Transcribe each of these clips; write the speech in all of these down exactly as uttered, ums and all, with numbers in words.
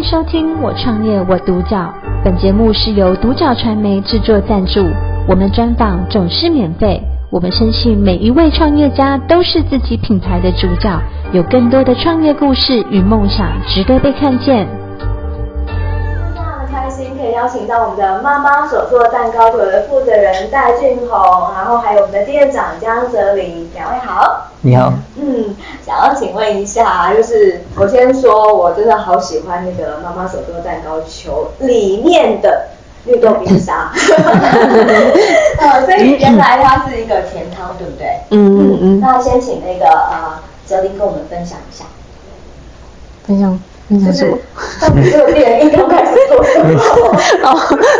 收听我创业我独角，本节目是由独角传媒制作赞助，我们专访总是免费，我们深信每一位创业家都是自己品牌的主角，有更多的创业故事与梦想值得被看见。 非常的开心可以邀请到我们的妈妈手做蛋糕组的负责人戴俊宏，然后还有我们的店长江哲林，两位好。 你好。 嗯，想要请问一下，就是我先说，我真的好喜欢那个妈妈手做蛋糕球里面的绿豆冰沙，呃，所以原来它是一个甜汤，对不对？ 嗯嗯嗯。 那先请那个呃哲林跟我们分享一下。 分享分享什么？ 到底这个店一刚开始做什么？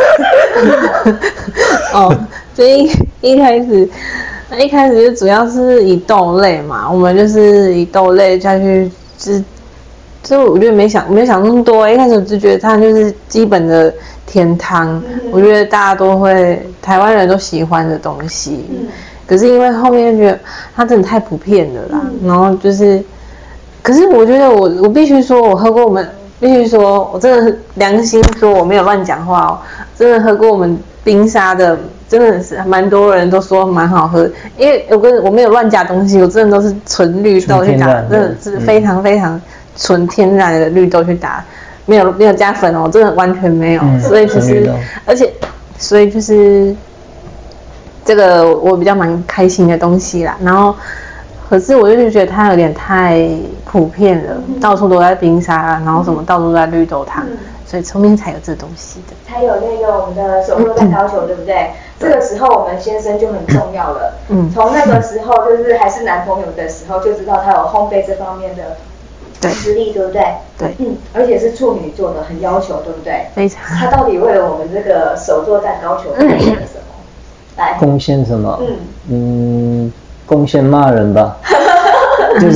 哦，所以一开始。那一开始就主要是以豆类嘛，我们就是以豆类下去，就就我觉得没想没想那么多，一开始我就觉得它就是基本的甜汤，嗯、我觉得大家都会，台湾人都喜欢的东西。嗯、可是因为后面就觉得它真的太普遍了啦，嗯、然后就是，可是我觉得我我必须说，我喝过我们必须说，我真的良心说我没有乱讲话哦，真的喝过我们冰沙的。真的是蛮多人都说蛮好喝，因为我跟我没有乱加东西，我真的都是纯绿豆去打，真的是非常非常纯天然的绿豆去打，没有没有加粉哦，真的完全没有，嗯、所以其实而且所以就是这个我比较蛮开心的东西啦，然后可是我就觉得它有点太普遍了，嗯、到处都在冰沙，然后什么到处都在绿豆汤。嗯所以后面才有这东西的， 才有那个我们的手做蛋糕球，嗯、对不对？这个时候我们先生就很重要了。嗯，从那个时候就是还是男朋友的时候，就知道他有烘焙这方面的实力，对不对？ 对， 嗯，而且是处女座的，很要求，对不对？ 非常。 他到底为了我们这个手做蛋糕球贡献了什么？来， 贡献什么？ 嗯嗯，贡献骂人吧，就是。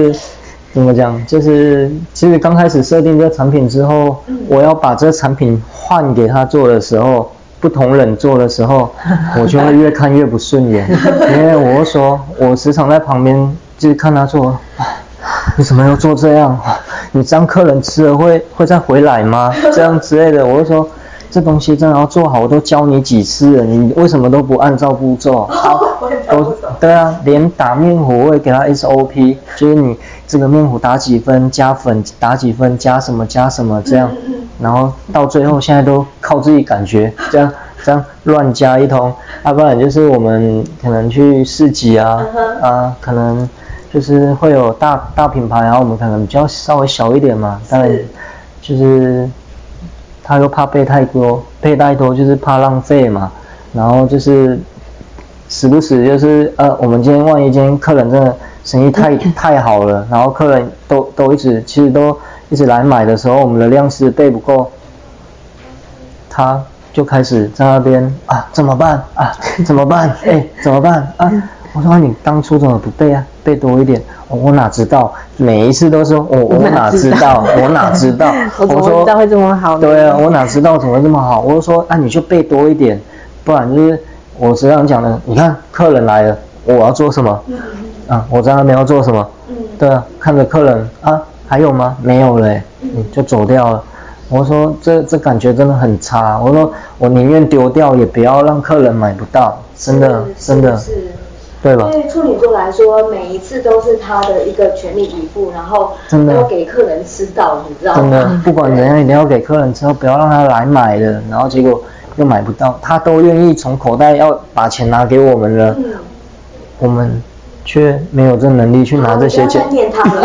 怎么讲？就是其实刚开始设定这个产品之后，嗯、我要把这个产品换给他做的时候，不同人做的时候，我就会越看越不顺眼，因为我说我时常在旁边就是看他做，你怎么又做这样？你这样客人吃了会会再回来吗？这样之类的，我就说这东西真的要做好，我都教你几次了，你为什么都不按照步骤？啊，都对啊，连打面糊我也给他 S O P， 就是你。这个面糊打几分，加粉打几分，加什么加什么这样，嗯嗯、然后到最后现在都靠自己感觉，这样这样乱加一通，要、啊、不然就是我们可能去市集啊、嗯、啊，可能就是会有大大品牌，然后我们可能比较稍微小一点嘛，当然就是他又怕备太多，备太多就是怕浪费嘛，然后就是时不时就是呃，我们今天万一今天客人真的。生意太太好了，然后客人都都一直其实都一直来买的时候，我们的量是备不够，他就开始在那边啊怎么办啊怎么办哎、欸、怎么办啊？我说你当初怎么不备啊？备多一点，哦、我哪知道？每一次都说我我哪知道？我哪知道？ 我怎么知道会这么好？ 对啊，我哪知道怎么会这么好？我就说啊你就备多一点，不然就是我时常讲的，你看客人来了，我要做什么？啊，我在那边要做什么？嗯，对啊，看着客人啊，还有吗？没有了，嗯，就走掉了。我说这这感觉真的很差。我说我宁愿丢掉，也不要让客人买不到，真的真的， 是， 对吧？ 对处女座来说，每一次都是他的一个全力以赴，然后要给客人吃到，你知道吗？ 真的，不管怎样，一定要给客人吃到，不要让他来买的，然后结果又买不到，他都愿意从口袋要把钱拿给我们了，嗯，我们。却没有这能力去拿这些钱。 不要再念他了。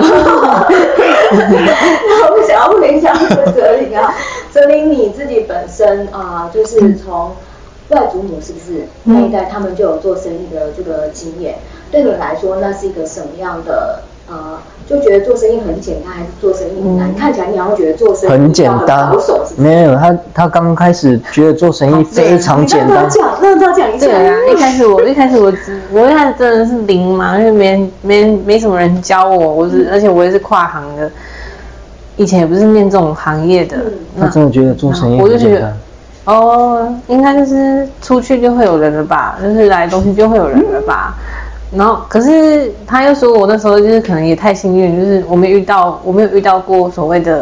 那我想要问一下哲林啊，哲林你自己本身啊、呃，就是从外祖母是不是那一代他们就有做生意的这个经验？对你来说，那是一个什么样的呃？就觉得做生意很简单，还是做生意很难？嗯、看起来你好像觉得做生意很简单， 保守是不是？ 没有，他他刚开始觉得做生意非常简单。 讲，那他讲一下。 对啊，一开始我一开始我我一开始真的是零嘛，因为没没没什么人教我，我是、嗯、而且我也是跨行的，以前也不是念这种行业的。嗯、 他真的觉得做生意很简单。我就觉得哦，应该就是出去就会有人了吧，就是来东西就会有人了吧。嗯然后，可是他又说我那时候就是可能也太幸运，就是我没遇到，我没有遇到过所谓的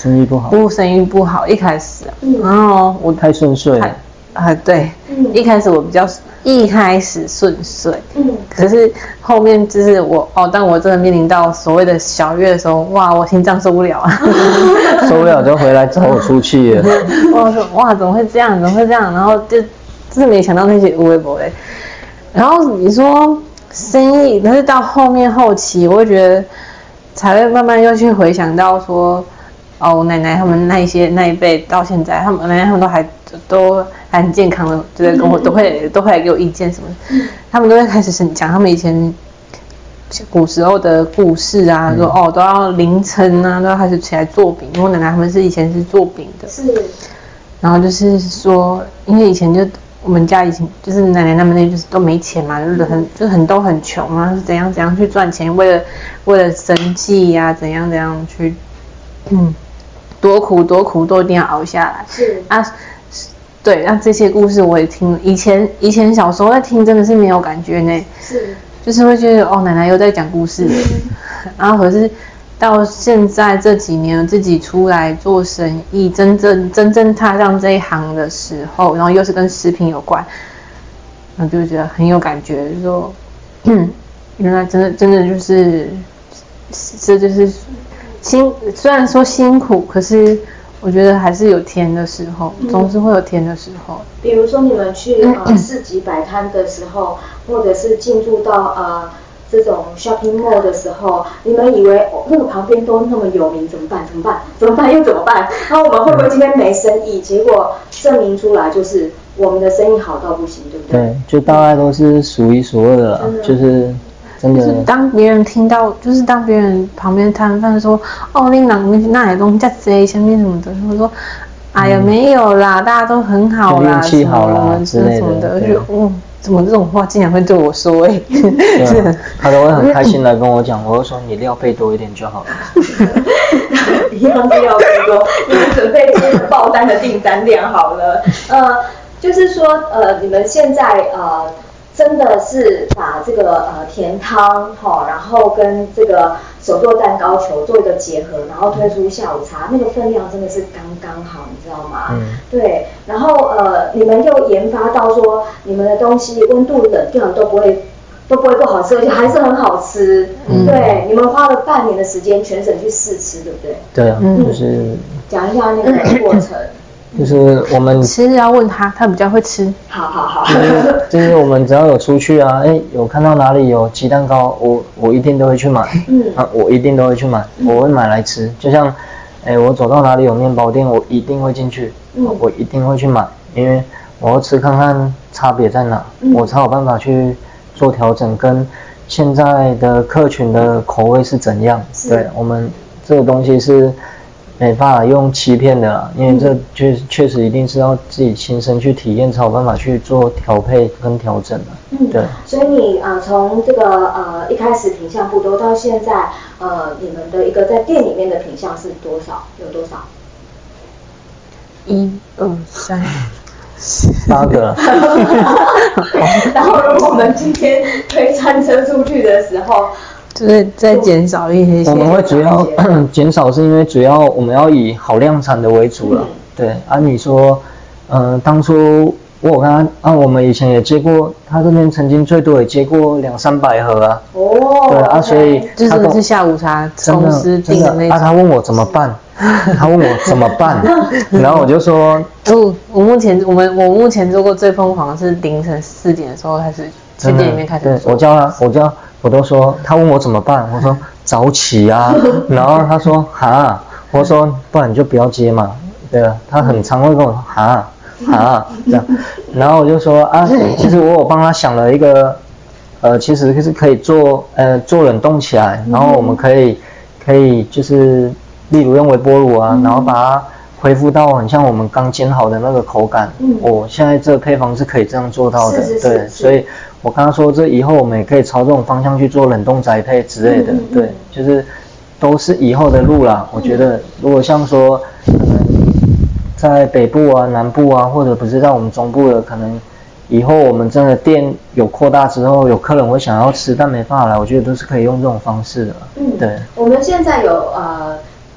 生意不好， 不生意不好，一开始、啊， 嗯、 然后我太顺遂了， 啊对，嗯、一开始我比较一开始顺遂，嗯，可是后面就是我哦，当我真的面临到所谓的小月的时候，哇，我心脏受不了啊， 受不了就回来找我出气了。 我说哇，怎么会这样？怎么会这样？然后就真的没想到那些微博嘞。然后你说生意，可是到后面后期，我会觉得才会慢慢又去回想到说，哦，我奶奶他们那一些那一辈到现在，他们奶奶他们都还都还很健康的，就是跟我都会都会来给我意见什么的，他们都会开始讲他们以前古时候的故事啊，说哦都要凌晨啊都要开始起来做饼，因为我奶奶他们是以前是做饼的， 是， 然后就是说，因为以前就。我们家以前就是奶奶他们那就是都没钱嘛，就是很就是很都很穷啊，是怎样怎样去赚钱，为了为了生计呀、啊，怎样怎样去，嗯，多苦多苦都一定要熬下来。 是啊，对，那这些故事我也听，以前以前小时候在听真的是没有感觉呢， 是， 就是会觉得哦奶奶又在讲故事，然后可是。到现在这几年自己出来做生意，真正真正踏上这一行的时候，然后又是跟食品有关，然后就觉得很有感觉，就说，嗯，原来真的真的就是，这就是辛，虽然说辛苦，可是我觉得还是有甜的时候，总是会有甜的时候。 比如说你们去呃市集摆摊的时候，或者是进驻到呃。这种 shopping mall 的时候，你们以为、哦、那个旁边都那么有名，怎么办？怎么办？怎么办？又怎么办？然后我们会不会今天没生意？结果证明出来就是我们的生意好到不行，对不对？ 对，就大概都是数一数二的啦，就是真的。 就是当别人听到，就是当别人旁边摊贩说，哦，你哪哪里东西在这下面什么的，我说，哎呀、嗯、没有啦，大家都很好啦， 运气好啦之类的， 的，就嗯。怎么这种话竟然会对我说哎、欸？ 对啊，他都会很开心来跟我讲，我就说你料备多一点就好了。 一样是料备多，你们准备接着爆单的订单量好了。呃，就是说呃，你们现在呃真的是把这个呃甜汤哈、哦，然后跟这个手做蛋糕球做一个结合，然后推出下午茶，那个分量真的是刚刚好，你知道吗？嗯。对，然后呃，你们又研发到说，你们的东西温度冷掉都不会都不会不好吃，而且还是很好吃。嗯。对，你们花了半年的时间全省去试吃，对不对？ 对啊，嗯、就是讲一下那个过程。 就是我们其实要问他，他比较会吃。 好好好。 就是就是我们只要有出去啊，哎，有看到哪里有鸡蛋糕，我我一定都会去买。嗯。啊，我一定都会去买，我会买来吃。就像，哎，我走到哪里有面包店，我一定会进去，嗯、我一定会去买，因为我要吃看看差别在哪，嗯、我才有办法去做调整，跟现在的客群的口味是怎样。对，我们这个东西是。没办法用欺骗的啦，因为这确确实一定是要自己亲身去体验才有办法去做调配跟调整的。嗯，对。 所以你呃从这个呃一开始品项不多到现在呃你们的一个在店里面的品项是多少？有多少？ 一二三。 八个。 然后如果我们今天推餐车出去的时候。 就是再减少一些， 我们会主要减少是因为主要我们要以好量产的为主了。嗯、对，啊，你说，呃，当初我有跟他啊，我们以前也接过，他这边曾经最多也接过两三百盒啊。 哦。 对啊，所以他都是下午茶公司订的那种。 啊，他问我怎么办？他问我怎么办？然后我就说， 哦，我目前我们我目前做过最疯狂的是凌晨四点的时候开始去店里面开始做。 对，我叫他，我叫。我都说，他问我怎么办，我说早起啊，然后他说哈，我说不然你就不要接嘛，对啊，他很常会跟我说哈哈这样，然后我就说啊，其实我有帮他想了一个，呃，其实是可以做呃做冷冻起来，然后我们可以可以就是例如用微波炉啊，然后把它恢复到很像我们刚煎好的那个口感，嗯，我、哦、现在这个配方是可以这样做到的， 是是是对， 是所以。我刚刚说，这以后我们也可以朝这种方向去做冷冻宅配之类的，嗯嗯对，就是都是以后的路啦。我觉得，如果像说，可能在北部啊、南部啊，或者不是在我们中部的，可能以后我们真的店有扩大之后，有客人会想要吃，但没办法来，我觉得都是可以用这种方式的。嗯，对。 我们现在有呃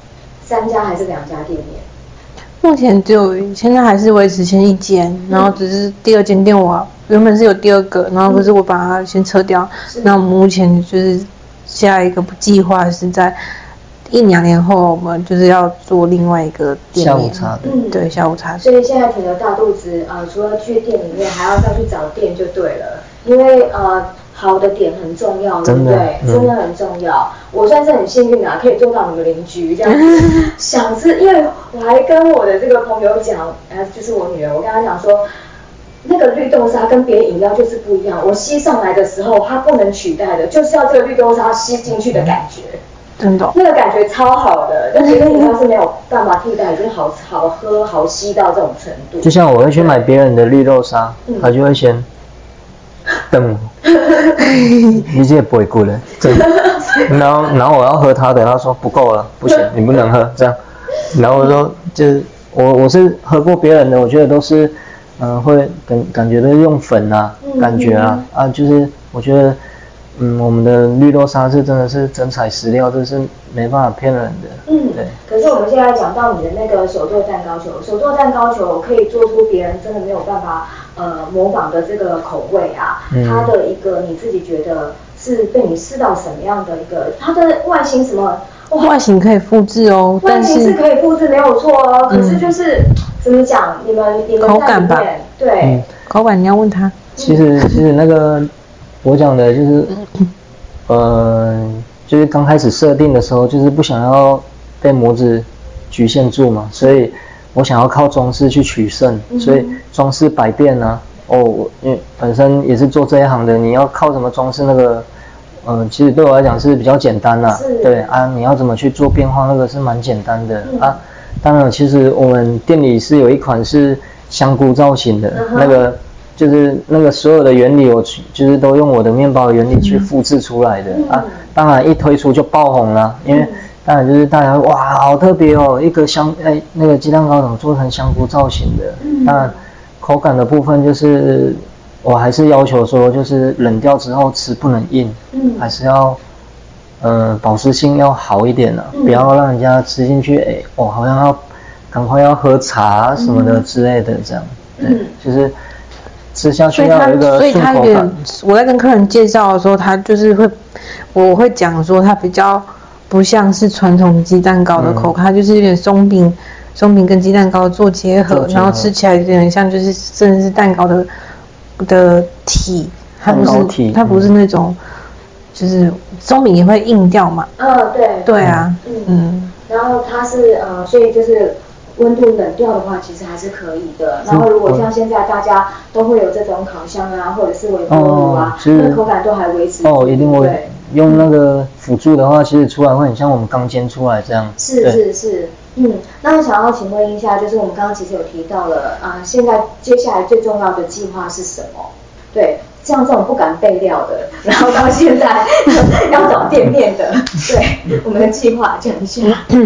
三家还是两家店面？ 目前只有现在还是维持先一间，然后只是第二间店我原本是有第二个，然后可是我把它先撤掉。那目前就是下一个计划是在一两年后，我们就是要做另外一个店面。 下午茶的， 嗯，对，下午茶。 所以现在挺了大肚子，呃，除了去店里面，还要再去找店就对了，因为呃。好的点很重要，对不对？ 嗯、 真的很重要。我算是很幸运啊，可以做到你们邻居这样子。想吃，因为我还跟我的这个朋友讲，呃，就是我女儿，我跟她讲说，那个绿豆沙跟别的饮料就是不一样。我吸上来的时候，它不能取代的，就是要这个绿豆沙吸进去的感觉。 真的， 那个感觉超好的，但别的饮料是没有办法替代，就是好好喝、好吸到这种程度。 就像我会去买别人的绿豆沙，嗯、他就会先。等，你这不会过的，真的。然后，然后我要喝他的，他说不够了，不行，你不能喝这样。然后我说，就是我我是喝过别人的，我觉得都是，嗯、呃，会感感觉都是用粉啊，嗯、感觉啊啊，就是我觉得，嗯，我们的绿豆沙是真的是真材实料，这是没办法骗人的。 嗯，对。可是我们现在讲到你的那个手做蛋糕球，手做蛋糕球可以做出别人真的没有办法。呃，模仿的这个口味啊，嗯、它的一个你自己觉得是被你试到什么样的一个？它的外形什么？ 外形可以复制哦， 外形是可以复制没有错哦， 嗯、 可是就是怎么讲？你们你们口感吧， 对、 嗯，口感你要问他。 其实其实那个我讲的就是，呃，就是刚开始设定的时候，就是不想要被模子局限住嘛，所以。我想要靠装饰去取胜，嗯、所以装饰百变啊。哦，因为本身也是做这一行的，你要靠什么装饰那个，嗯、呃，其实对我来讲是比较简单啦。对啊，你要怎么去做变化，那个是蛮简单的、嗯、啊。当然，其实我们店里是有一款是香菇造型的，嗯、那个就是那个所有的原理，我就是都用我的面包的原理去复制出来的、嗯、啊。当然一推出就爆红了，因为。当然就是大家哇，好特别哦！一个香哎，那个鸡蛋糕怎么做成香菇造型的？嗯、当然，口感的部分就是我还是要求说，就是冷掉之后吃不能硬，嗯、还是要呃保湿性要好一点的、啊，嗯、不要让人家吃进去哎，哦好像要赶快要喝茶什么的之类的这样，对，嗯、就是吃下去要有一个顺口感。 我在跟客人介绍的时候，他就是会，我会讲说他比较。不像是传统鸡蛋糕的口感，嗯、它就是有点松饼，松饼跟鸡蛋糕做结合，然后吃起来有点像就是真的是蛋糕的的体，它不是它不是那种，嗯、就是松饼也会硬掉嘛。 嗯，对。 对啊， 嗯。嗯然后它是呃，所以就是温度冷掉的话，其实还是可以的。然后如果像现在大家都会有这种烤箱啊，或者是微波炉啊，哦、那口感都还维持住。 哦，一定会。对。用那个辅助的话，其实出来会很像我们刚煎出来这样。 是是是，嗯，那我想要请问一下，就是我们刚刚其实有提到了啊、呃，现在接下来最重要的计划是什么？对，像这种不敢备料的，然后到现在要找店面的，对，我们的计划讲一下。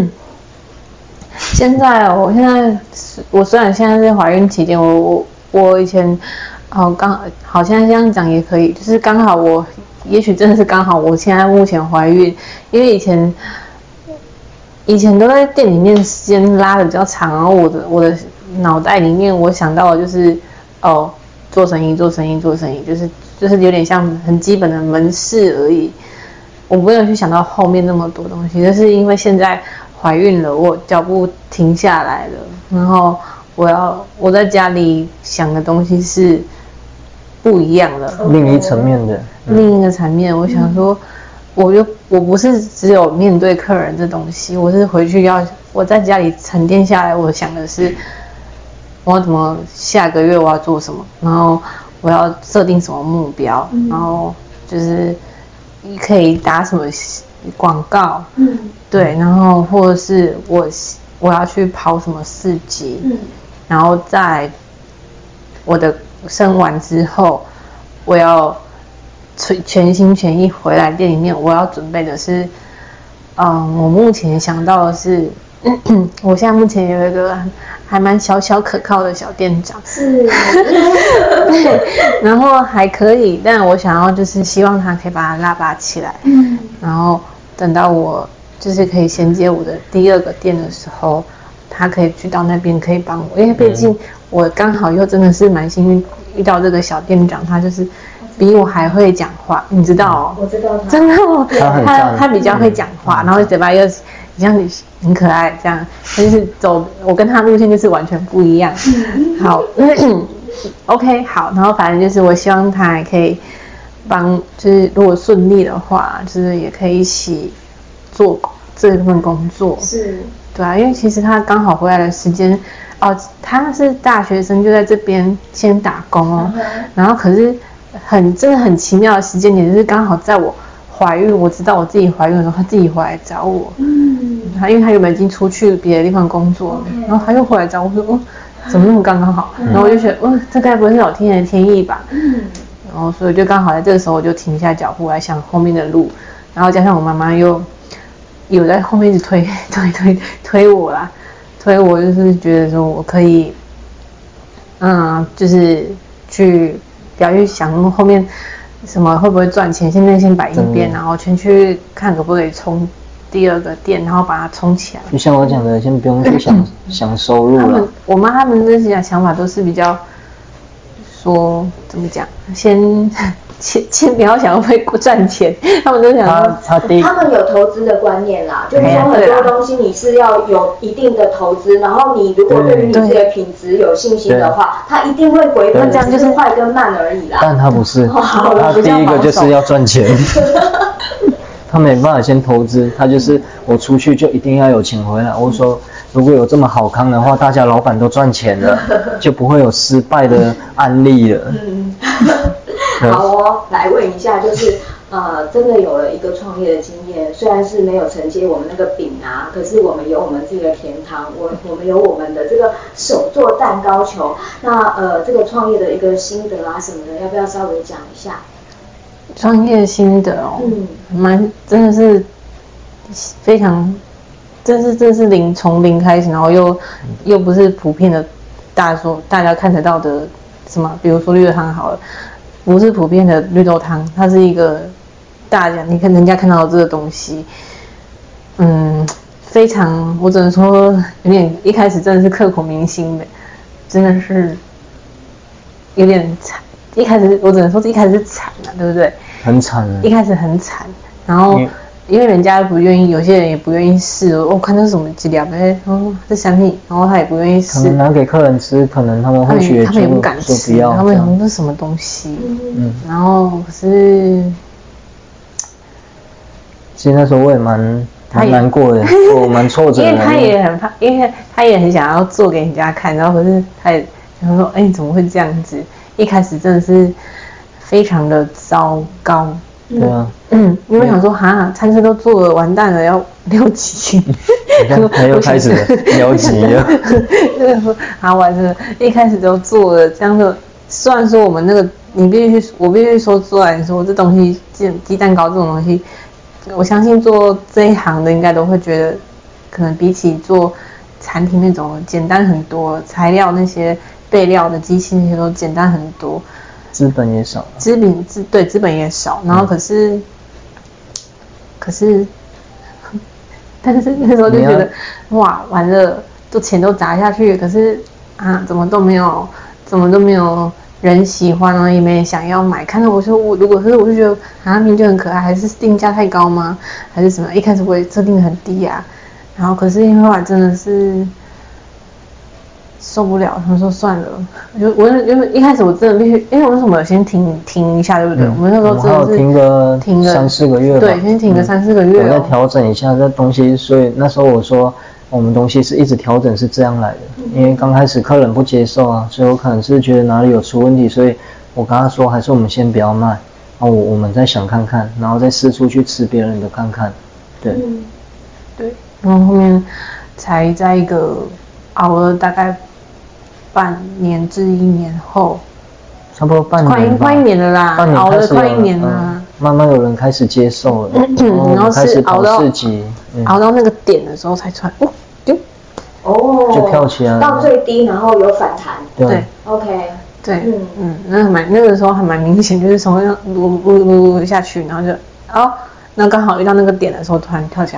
现在哦，我现在我虽然现在是怀孕期间，我我我以前哦刚好现在这样讲也可以，就是刚好我。也许真的是刚好，我现在目前怀孕，因为以前以前都在店里面时间拉的比较长，然后我的我的脑袋里面我想到的就是哦，做生意做生意做生意，就是就是有点像很基本的门市而已，我没有去想到后面那么多东西，就是因为现在怀孕了，我脚步停下来了，然后我要我在家里想的东西是不一样的， 另一层面的。 另一个层面，我想说，我又我不是只有面对客人这东西，我是回去要我在家里沉淀下来，我想的是，我要怎么下个月我要做什么，然后我要设定什么目标，嗯、然后就是可以打什么广告，嗯，对，然后或者是我我要去跑什么市集，嗯，然后在我的生完之后，我要。全心全意回来店里面，我要准备的是，嗯，我目前想到的是，咳咳我现在目前有一个还蛮小小可靠的小店长， 是， 对，然后还可以，但我想要就是希望他可以把它拉拔起来，嗯，然后等到我就是可以衔接我的第二个店的时候，他可以去到那边可以帮我，因为毕竟我刚好又真的是蛮幸运遇到这个小店长，他就是比我还会讲话，你知道哦？ 我知道他， 真的哦， 他他他比较会讲话， 嗯、 然后嘴巴又这样很可爱，这样就是走我跟他路线就是完全不一样。好，OK， 好，然后反正就是我希望他也可以帮，就是如果顺利的话，就是也可以一起做这份工作。 是。 对啊，因为其实他刚好回来的时间，哦，他是大学生就在这边先打工哦，嗯、然后可是很真的很奇妙的时间点，就是刚好在我怀孕，我知道我自己怀孕的时候，他自己回来找我。嗯，他因为他原本已经出去别的地方工作了，嗯、然后他又回来找我说，哦，怎么那么刚刚好？嗯、然后我就觉得，嗯，这该不会是老天爷的天意吧？嗯，然后所以就刚好在这个时候，我就停下脚步来想后面的路，然后加上我妈妈又。有在后面一直推推推推我啦，推我就是觉得说我可以，嗯，就是去不要去想后面什么会不会赚钱，现在先摆一边，然后先去看可不可以冲第二个店，然后把它冲起来。 就像我讲的，先不用去想想收入了。 我妈他们这些想法都是比较说怎么讲，先。先先不要想会赚钱，他们都想说他他第他们有投资的观念啦，就是说很多东西你是要有一定的投资，然后你如果对于你自己的品质有信心的话，他一定会回本，这样就是快跟慢而已啦。 但他不是，他第一个就是要赚钱。他没办法先投资，他就是我出去就一定要有钱回来。我说如果有这么好康的话，大家老板都赚钱了，就不会有失败的案例了。嗯。 好哦，来问一下，就是呃，真的有了一个创业的经验，虽然是没有承接我们那个饼啊，可是我们有我们自己的甜汤，我我们有我们的这个手做蛋糕球。那呃，这个创业的一个心得啊什么的，要不要稍微讲一下？ 创业心得哦，嗯，蛮真的是非常，真是真是零从零开始，然后又又不是普遍的大说大家看得到的什么，比如说绿豆汤好了。不是普遍的绿豆汤，它是一个大家你看人家看到的这个东西，嗯，非常我只能说有点一开始真的是刻骨铭心的，真的是有点惨。一开始我只能说一开始是惨啊，对不对？ 很惨啊！ 一开始很惨，然后因为人家不愿意，有些人也不愿意试。我、哦、看这是什么质量，哎，哦，这产品，然后他也不愿意试。 可能拿给客人吃，可能他们会觉得他们也不敢吃，他们想这是什么东西。嗯，然后可是， 其实那时候我也蛮蛮难过的，我蛮挫折的。 因为他也很怕，因为他也很想要做给人家看，然后可是他也想说，哎，你怎么会这样子？一开始真的是非常的糟糕。 对啊， 嗯，因为想说哈，餐车都做了，完蛋了，要留级。 他又开始留级了。 对，啊，完了，一开始都做了，这样子，虽然说我们那个，你必须，我必须说出来说，这东西，鸡鸡蛋糕这种东西，我相信做这一行的应该都会觉得，可能比起做产品那种简单很多，材料那些备料的机器那些都简单很多。 资本也少， 资本资对资本也少，然后可是，嗯、可是，但是那时候就觉得，哇，完了，都钱都砸下去，可是啊，怎么都没有，怎么都没有人喜欢啊，也没人想要买。看到我说我如果是我就觉得啊，明明就很可爱，还是定价太高吗？还是什么？一开始我也设定的很低啊，然后可是因为后来真的是。受不了，他们说算了，就我因为一开始我真的必须，因为我为什么先停停一下，对不对？嗯、我们那时候真的是停个停个三四个月吧， 对，先停个三四个月、哦， 我再调整一下这东西。所以那时候我说，我们东西是一直调整，是这样来的。因为刚开始客人不接受啊，所以我可能是觉得哪里有出问题，所以我跟他说，还是我们先不要卖，然后我我们再想看看，然后再试出去吃别人的看看，对， 嗯、对，然后后面才在一个熬了大概。半年至一年后， 差不多半年吧， 快快一年了啦， 半年熬了快有一年了、 嗯，慢慢有人开始接受了， 嗯、然后开始跑市集， 嗯、熬到那个点的时候才传，哦，丢， 哦， 就跳起来了， 到最低，然后有反弹， 对, 对 ，OK， 对，嗯嗯，那蛮那个时候还蛮明显，就是从那撸撸撸下去，然后就哦，那刚好遇到那个点的时候，突然跳起来，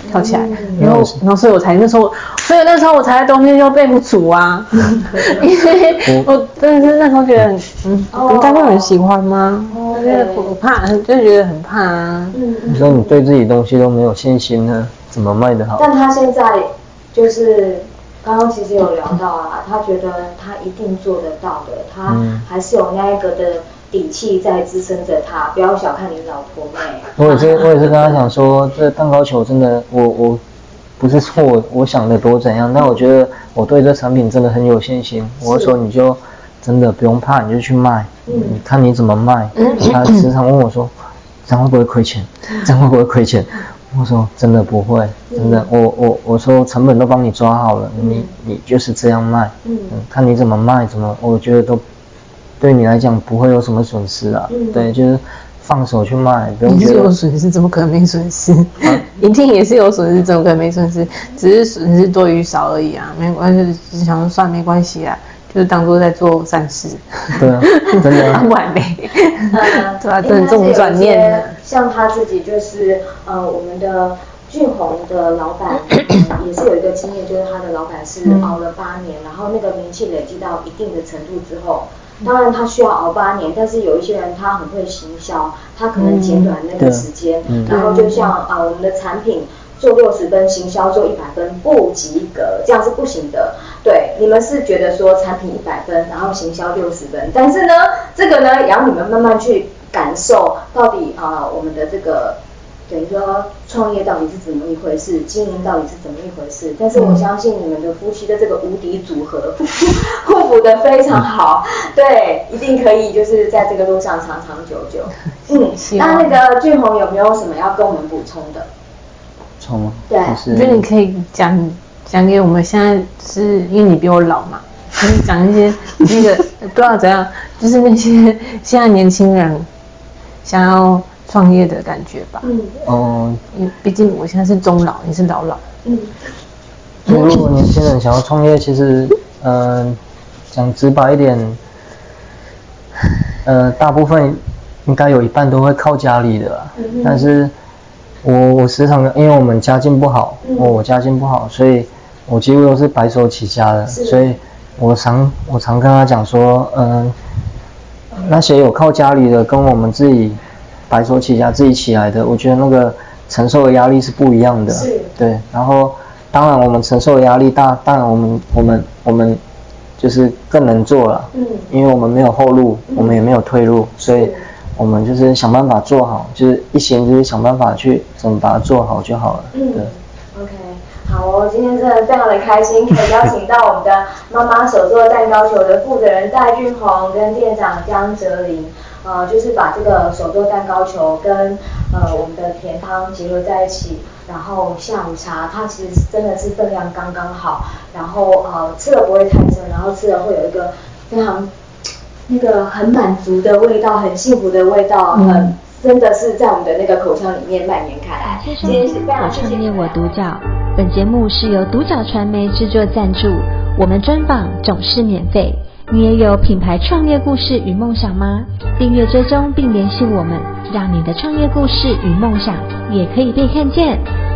跳起来，然后然后所以我才那时候，所以那时候我才在冬天就背不住啊，因为我真的是那时候觉得很嗯，应该会很喜欢吗？我觉得我怕，就觉得很怕啊。 你说你对自己东西都没有信心了，怎么卖得好？ 但他现在就是刚刚其实有聊到啊，他觉得他一定做得到的，他还是有那一个的底气在支撑着他，不要小看你老婆妹。 我也是，我也是跟他讲说，这蛋糕球真的，我我不是说我我想的多怎样，但我觉得我对这产品真的很有信心。我说你就真的不用怕，你就去卖，嗯、你看你怎么卖。他时常问我说，这样会不会亏钱？这样会不会亏钱？我说真的不会，真的，我我我说成本都帮你抓好了，你你就是这样卖，嗯，看你怎么卖，怎么，我觉得都对你来讲不会有什么损失啊，嗯、对，就是放手去卖，不用觉得。 你是有损失，怎么可能没损失？啊、一定也是有损失，怎么可能没损失？只是损失多与少而已啊，没关系，只是想说算没关系啊。就是当作在做善事， 对啊，真的啊， 不完美，对啊，这种转念的。 像他自己就是呃，我们的俊宏的老板、嗯、也是有一个经验，就是他的老板是熬了八年，然后那个名气累积到一定的程度之后，当然他需要熬八年，但是有一些人他很会行销，他可能减短那个时间，嗯、然后就像啊、呃、我们的产品。做六十分，行销做一百分不及格，这样是不行的。对，你们是觉得说产品一百分，然后行销六十分，但是呢，这个呢也要你们慢慢去感受，到底啊、呃、我们的这个等于说创业到底是怎么一回事，经营到底是怎么一回事。但是我相信你们的夫妻的这个无敌组合，互补的非常好，对，一定可以就是在这个路上长长久久。嗯，那那个俊宏有没有什么要跟我们补充的？ 对，我觉得你可以讲讲给我们，现在是因为你比我老嘛，可以讲一些那个不知道怎样，就是那些现在年轻人想要创业的感觉吧。嗯，哦，因为毕竟我现在是中老，你是老老。嗯， 如果年轻人想要创业，其实嗯、呃，讲直白一点，呃，大部分应该有一半都会靠家里的啦，嗯、但是。我我时常因为我们家境不好，嗯、我我家境不好，所以我几乎都是白手起家的，所以我常我常跟他讲说，嗯，那些有靠家里的跟我们自己白手起家自己起来的，我觉得那个承受的压力是不一样的，对。然后当然我们承受的压力大，当然我们我们我们就是更能做了，嗯，因为我们没有后路，嗯、我们也没有退路，所以。我们就是想办法做好，就是一心就是想办法去怎么把它做好就好了。嗯，对。 OK， 好哦，今天真的非常的开心，可以邀请到我们的妈妈手做蛋糕球的负责人戴俊宏跟店长江哲霖，呃，就是把这个手做蛋糕球跟呃我们的甜汤结合在一起，然后下午茶它其实真的是分量刚刚好，然后呃吃了不会太撑，然后吃了会有一个非常。那个很满足的味道，很幸福的味道，很、嗯、真的是在我们的那个口腔里面蔓延开来。 今天是非常谢谢。我创业我独角，本节目是由独角传媒制作赞助，我们专访总是免费。你也有品牌创业故事与梦想吗？订阅追踪并联系我们，让你的创业故事与梦想也可以被看见。